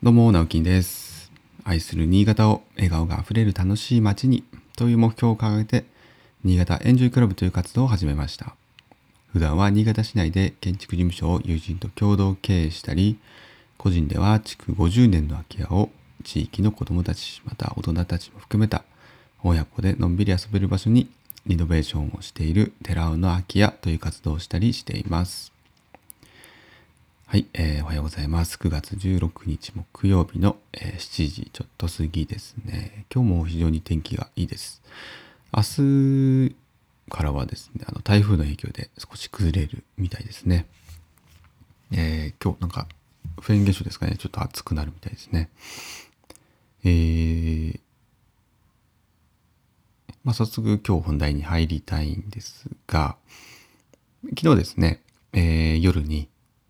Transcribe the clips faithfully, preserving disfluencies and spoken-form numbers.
どうも、直樹です。愛する新潟を笑顔があふれる楽しい街にという目標を掲げて、新潟エンジョイクラブという活動を始めました。普段は新潟市内で建築事務所を友人と共同経営したり、個人では築ごじゅうねんの空き家を地域の子どもたち、また大人たちも含めた親子でのんびり遊べる場所にリノベーションをしている寺尾の空き家という活動をしたりしています。はい、えー、おはようございます。くがつじゅうろくにち木曜日の、えー、しちじちょっと過ぎですね。今日も非常に天気がいいです。明日からはですね、あの台風の影響で少し崩れるみたいですね。えー、今日なんかフェーン現象ですかね、ちょっと暑くなるみたいですね。えー、まあ早速今日本題に入りたいんですが、昨日ですね、えー、夜に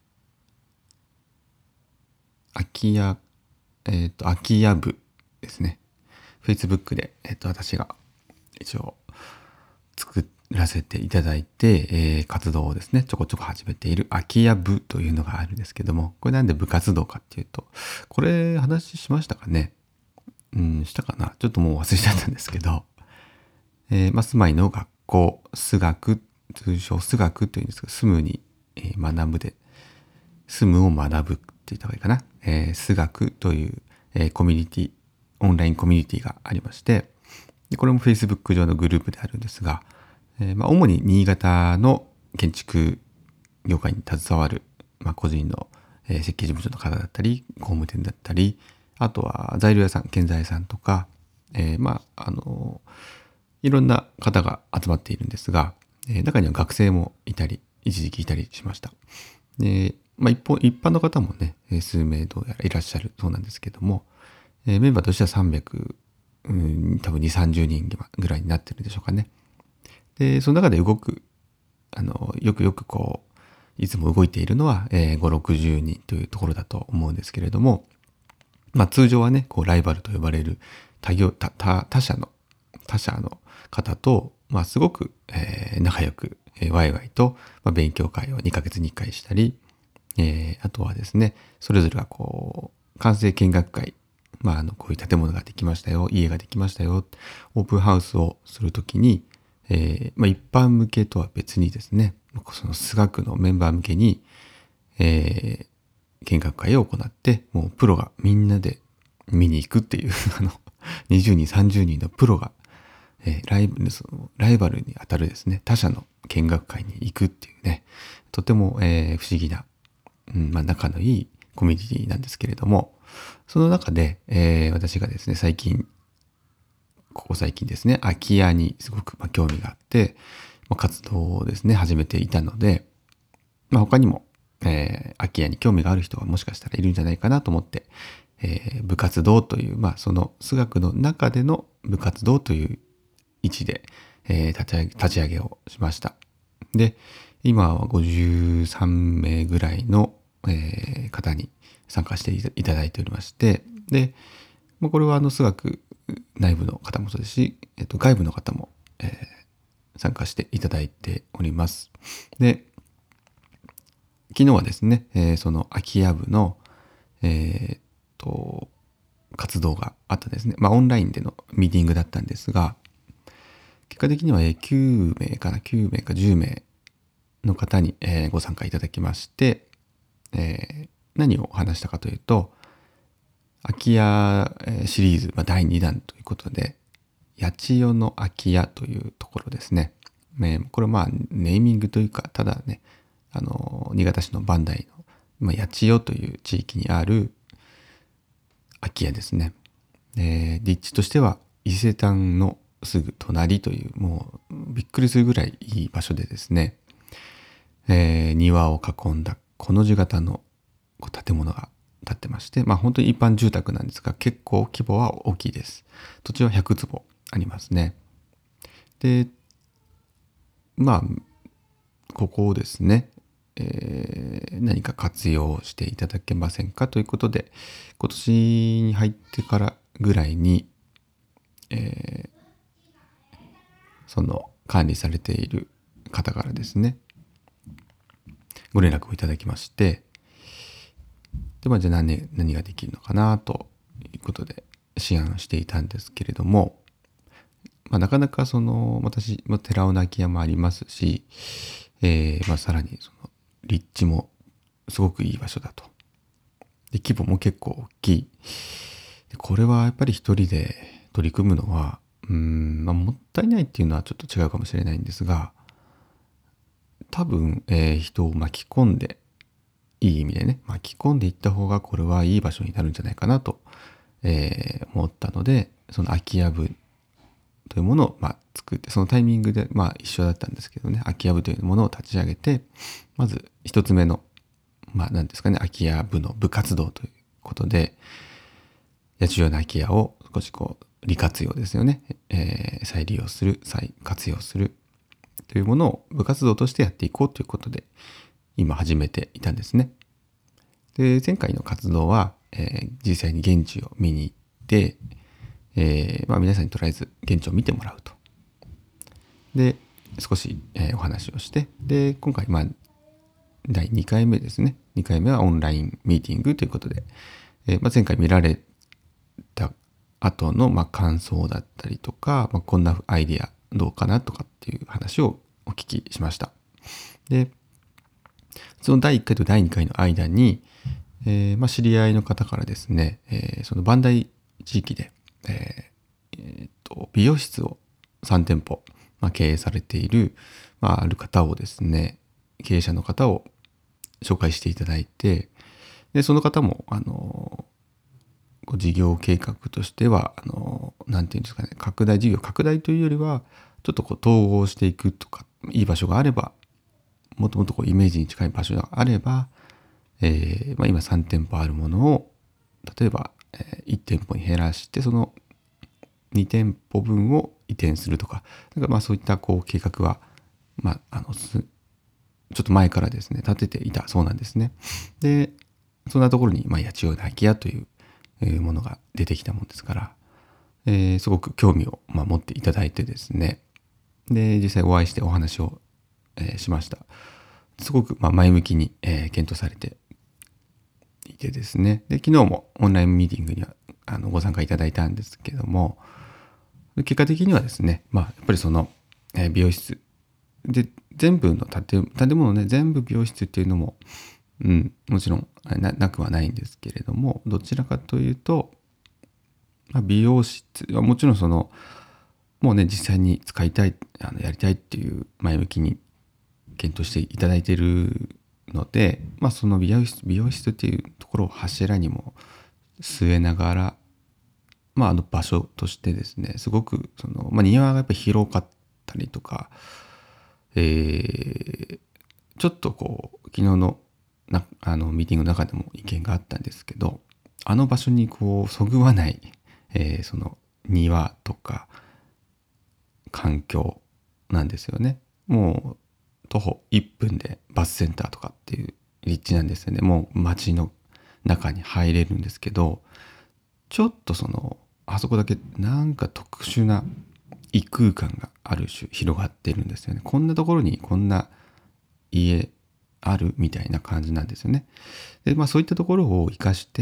空き家、えっ、と、空き家部ですね。Facebook で、えっ、と、私が一応作らせていただいて、えー、活動をですね、ちょこちょこ始めている空き家部というのがあるんですけども、これなんで部活動かっていうと、これ話しましたかね。うん、したかな。ちょっともう忘れちゃったんですけど、えー、まあ、住まいの学校、数学、通称数学というんですが、住むに、えー学ぶで、住むを学ぶって言った方がいいかな。えー、数学という、えーコミュニティ、オンラインコミュニティがありまして、でこれも Facebook 上のグループであるんですが、えーまあ、主に新潟の建築業界に携わる、まあ、個人の、えー設計事務所の方だったり、工務店だったり、あとは材料屋さん、建材屋さんとか、えーまあ、あのいろんな方が集まっているんですが、えー中には学生もいたり、一時期いたりしました。で、まあ、一方、一般の方もね、数名どうやらいらっしゃるそうなんですけども、えーメンバーとしてはさんびゃく、うん、多分にじゅう、さんじゅうにんぐらいになってるでしょうかね。で、その中で動く、あの、よくよくこう、いつも動いているのは、えー、ごじゅう、ろくじゅうにんというところだと思うんですけれども、まあ通常はね、こうライバルと呼ばれる他業、他、他他社の、他社の方と、まあすごく、えー仲良く、えーワイワイと、まあ、勉強会をにかげつにいっかいしたり、えーあとはですね、それぞれがこう、完成見学会、まああの、こういう建物ができましたよ、家ができましたよ、オープンハウスをするときに、えーまあ一般向けとは別にですね、その数学のメンバー向けに、えー見学会を行って、もうプロがみんなで見に行くっていう、あの、にじゅうにん、さんじゅうにんのプロが、えーライブ、そのライバルに当たるですね、他社の見学会に行くっていうね、とても、えー不思議な、うんまあ、仲のいいコミュニティなんですけれども、その中で、えー私がですね、最近、ここ最近ですね、空き家にすごくまあ興味があって、まあ、活動をですね、始めていたので、まあ、他にも、えー空き家に興味がある人がもしかしたらいるんじゃないかなと思って、えー部活動という、まあ、その数学の中での部活動という位置で、えー立ち上げ、立ち上げをしました。で、今はごじゅうさんめいぐらいの、えー方に参加していただいておりまして、で、まあ、これはあの数学内部の方もそうですし、えっと、外部の方も、えー参加していただいております。で、昨日はですね、えーその空き家部の、えーっと、活動があったですね。まあ、オンラインでのミーティングだったんですが、結果的にはえーきゅうめいかな、きゅうめいかじゅうめいの方に、えーご参加いただきまして、えー何を話したかというと、空き家えーシリーズ、まあ、だいにだんということで、八千代の空き家というところですね。えーこれはまあネーミングというか、ただね、あの、新潟市の磐梯の、まあ、八千代という地域にある空き家ですね。えー立地としては伊勢丹のすぐ隣という、もうびっくりするぐらいいい場所でですね、えー庭を囲んだこの字型のこう建物が建ってまして、まあ本当に一般住宅なんですが、結構規模は大きいです。土地はひゃくつぼありますね。で、まあ、ここをですね、えー何か活用していただけませんかということで、今年に入ってからぐらいに、えーその管理されている方からですね、ご連絡をいただきまして、 で、まあ、じゃあ何、何ができるのかなということで思案していたんですけれども、まあ、なかなかその私も寺尾の空き家もありますし、えーまあ、さらにその立地もすごくいい場所だと。で、規模も結構大きい。でこれはやっぱり一人で取り組むのは、うーん、まあ、もったいないっていうのはちょっと違うかもしれないんですが、多分、えー人を巻き込んで、いい意味でね、巻き込んでいった方がこれはいい場所になるんじゃないかなと、えー思ったので、その空き家部というものを、まあ、作って、そのタイミングで、まあ、一緒だったんですけどね、空き家部というものを立ち上げて、まず一つ目の、まあ、何ですかね、空き家部の部活動ということで、八千代の空き家を少しこう、利活用ですよね、えー再利用する、再活用するというものを部活動としてやっていこうということで、今始めていたんですね。で、前回の活動は、えー実際に現地を見に行って、えーまあ、皆さんにとりあえず現地を見てもらうと。で、少し、えーお話をして、で、今回、まあ、だいにかいめですね。にかいめはオンラインミーティングということで、えーまあ、前回見られた後の、まあ、感想だったりとか、まあ、こんなアイディアどうかなとかっていう話をお聞きしました。で、そのだいいっかいとだいにかいの間に、えーまあ、知り合いの方からですね、えーその磐梯地域で、えーえーと美容室をさん店舗、まあ、経営されている、まあ、ある方をですね、経営者の方を紹介していただいて、で、その方も、あの、こう事業計画としては、あの、なんていうんですかね、拡大、事業拡大というよりは、ちょっとこう統合していくとか、いい場所があれば、もっともっとこうイメージに近い場所があれば、えーまあ、今さん店舗あるものを、例えば、えーいち店舗に減らして、そのに店舗分を移転するとか、なんかまあそういったこう計画は、まあ、あの、すちょっと前からですね、立てていたそうなんですね。で、そんなところに、まあ、八千代の空き家というえーものが出てきたもんですから、えーすごく興味を、まあ、持っていただいてですね、で、実際お会いしてお話を、えーしました。すごく、まあ、前向きに、えー検討されていてですね、で、昨日もオンラインミーティングにはあのご参加いただいたんですけども、結果的にはですね、まあ、やっぱりその、えー美容室で、全部の建建物ね、全部美容室っていうのも、うん、もちろんななくはないんですけれども、どちらかというと、まあ、美容室はもちろんその、もうね、実際に使いたい、あのやりたいっていう前向きに検討していただいているので、まあ、その美容室、美容室っていうところを柱にも据えながら、まあ、あの場所としてですね、すごくその、まあ、庭がやっぱり広かったりとか、えー、ちょっとこう昨日のなあのミーティングの中でも意見があったんですけど、あの場所にこうそぐわない、えーその庭とか環境なんですよね。もう徒歩いっぷんでバスセンターとかっていう立地なんですよね。もう街の中に入れるんですけど、ちょっとそのあそこだけなんか特殊な異空間がある種広がってるんですよね。こんなところにこんな家あるみたいな感じなんですよね。で、まあそういったところを活かして、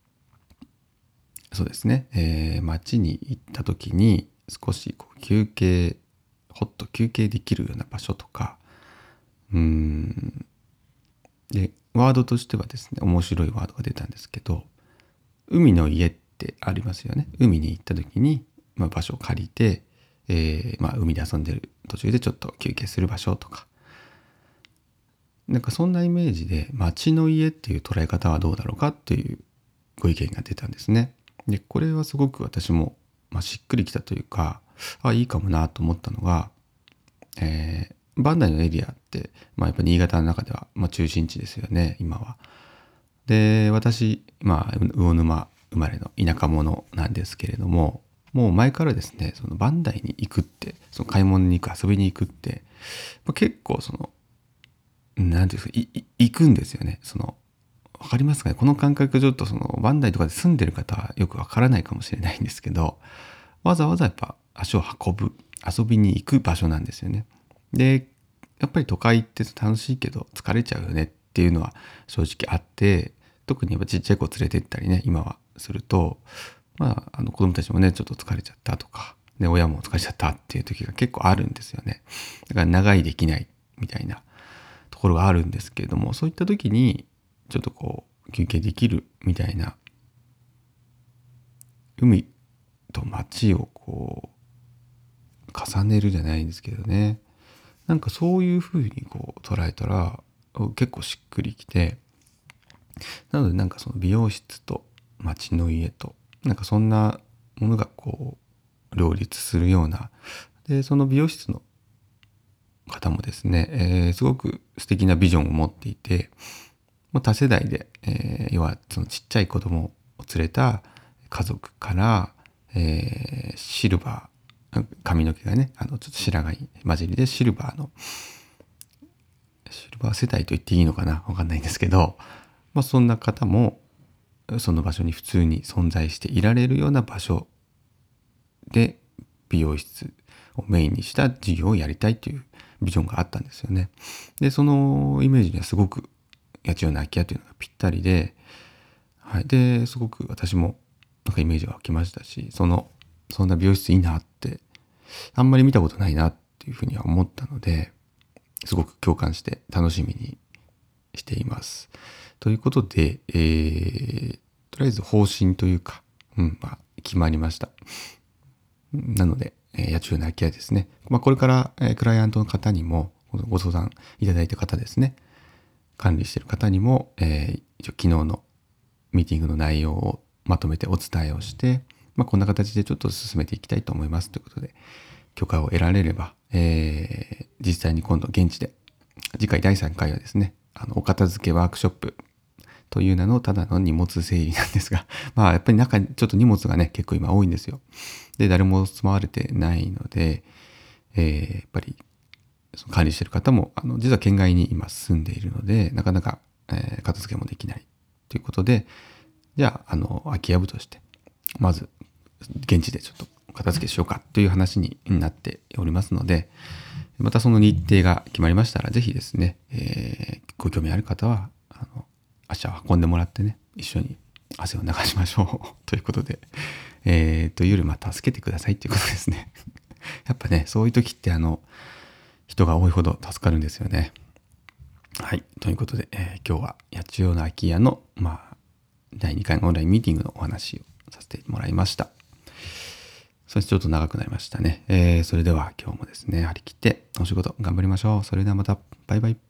そうですね、えー街に行った時に少しこう休憩、ほっと休憩できるような場所とか、うーん、で、ワードとしてはですね、面白いワードが出たんですけど、海の家ってありますよね。海に行った時に、まあ、場所を借りて、えーまあ、海で遊んでる途中でちょっと休憩する場所とか、なんかそんなイメージで街の家っていう捉え方はどうだろうかっていうご意見が出たんですね。で、これはすごく私も、まあ、しっくりきたというか、あ、いいかもなと思ったのが、えー、磐梯のエリアって、まあ、やっぱ新潟の中では、まあ、中心地ですよね、今は。で、私、まあ、魚沼生まれの田舎者なんですけれども、もう前からですね、その磐梯に行くって、その買い物に行く、遊びに行くって、まあ、結構その、なんていうんですか、いい行くんですよね。その、わかりますかね、この感覚ちょっとその、磐梯とかで住んでる方はよくわからないかもしれないんですけど、わざわざやっぱ足を運ぶ、遊びに行く場所なんですよね。で、やっぱり都会って楽しいけど疲れちゃうよねっていうのは正直あって、 特にやっぱちっちゃい子連れてったりね、今はすると、まあ、あの子供たちもね、ちょっと疲れちゃったとか、で、親も疲れちゃったっていう時が結構あるんですよね。だから長居できないみたいなところがあるんですけれども、そういった時に、ちょっとこう、休憩できるみたいな、海と街をこう、重ねるじゃないんですけどね。なんかそういう風にこう捉えたら、結構しっくりきて、なのでなんかその美容室と街の家となんかそんなものがこう両立するような、でその美容室の方もですね、えーすごく素敵なビジョンを持っていて、もう多世代で、えー要はそのちっちゃい子供を連れた家族から、えーシルバー髪の毛がね、あのちょっと白髪混じりでシルバーのシルバー世代と言っていいのかな、わかんないんですけど、まあ、そんな方もその場所に普通に存在していられるような場所で美容室をメインにした事業をやりたいというビジョンがあったんですよね。でそのイメージにはすごく八千代の空き家というのがぴったりで、はい、ですごく私もなんかイメージが湧きましたし、そのそんな美容室いいなってあんまり見たことないなっていうふうには思ったので、すごく共感して楽しみにしています。ということで、えー、とりあえず方針というか、うんまあ、決まりました。なので、えー、八千代の空き家ですね。まあ、これから、えー、クライアントの方にもご相談いただいた方ですね、管理している方にも、えー、一応昨日のミーティングの内容をまとめてお伝えをして、まあ、こんな形でちょっと進めていきたいと思いますということで、許可を得られれば、えー、実際に今度現地で、次回だいさんかいはですね、あのお片付けワークショップという名のただの荷物整理なんですが、まあやっぱり中にちょっと荷物がね結構今多いんですよ。で誰も住まわれてないので、えー、やっぱりその管理してる方もあの実は県外に今住んでいるので、なかなか、えー、片付けもできないということで、じゃああの空き家部としてまず現地でちょっと片付けしようかという話になっておりますので、またその日程が決まりましたら、ぜひですね、えー、ご興味ある方はあの足を運んでもらってね、一緒に汗を流しましょうということで、えー、というよりまあ助けてくださいということですね。やっぱね、そういう時ってあの人が多いほど助かるんですよね。はい、ということで、えー、今日は八千代の空き家のまあだいにかいのオンラインミーティングのお話をさせてもらいました。そしてちょっと長くなりましたね。えー、それでは今日もですね、張り切ってお仕事頑張りましょう。それではまた、バイバイ。